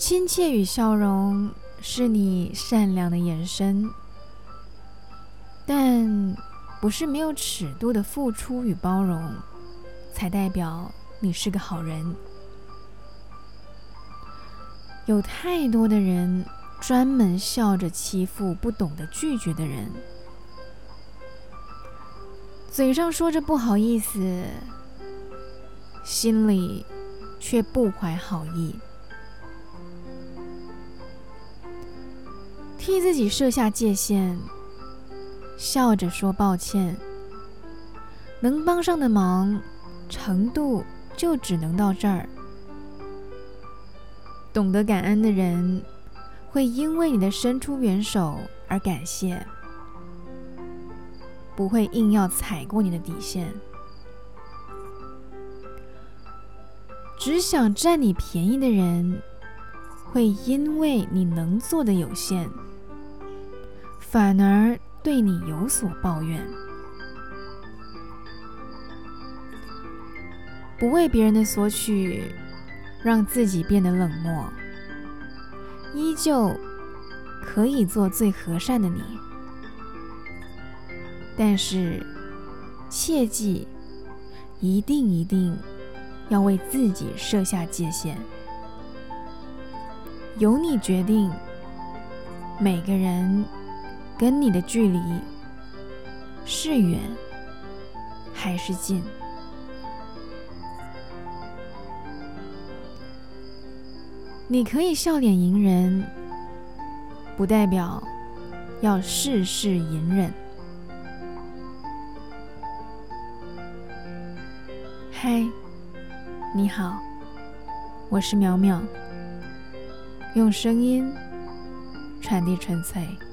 亲切与笑容是你善良的延伸，但不是没有尺度的付出与包容才代表你是个好人。有太多的人专门笑着欺负不懂得拒绝的人，嘴上说着不好意思，心里却不怀好意。替自己设下界限，笑着说抱歉，能帮上的忙程度就只能到这儿。懂得感恩的人会因为你的伸出援手而感谢，不会硬要踩过你的底线。只想占你便宜的人会因为你能做的有限，反而对你有所抱怨。不为别人的索取让自己变得冷漠，依旧可以做最和善的你。但是切记，一定要为自己设下界限，由你决定每个人跟你的距离是远还是近。你可以笑脸迎人，不代表要事事隐忍。嗨，你好，我是淼淼，用声音传递纯粹。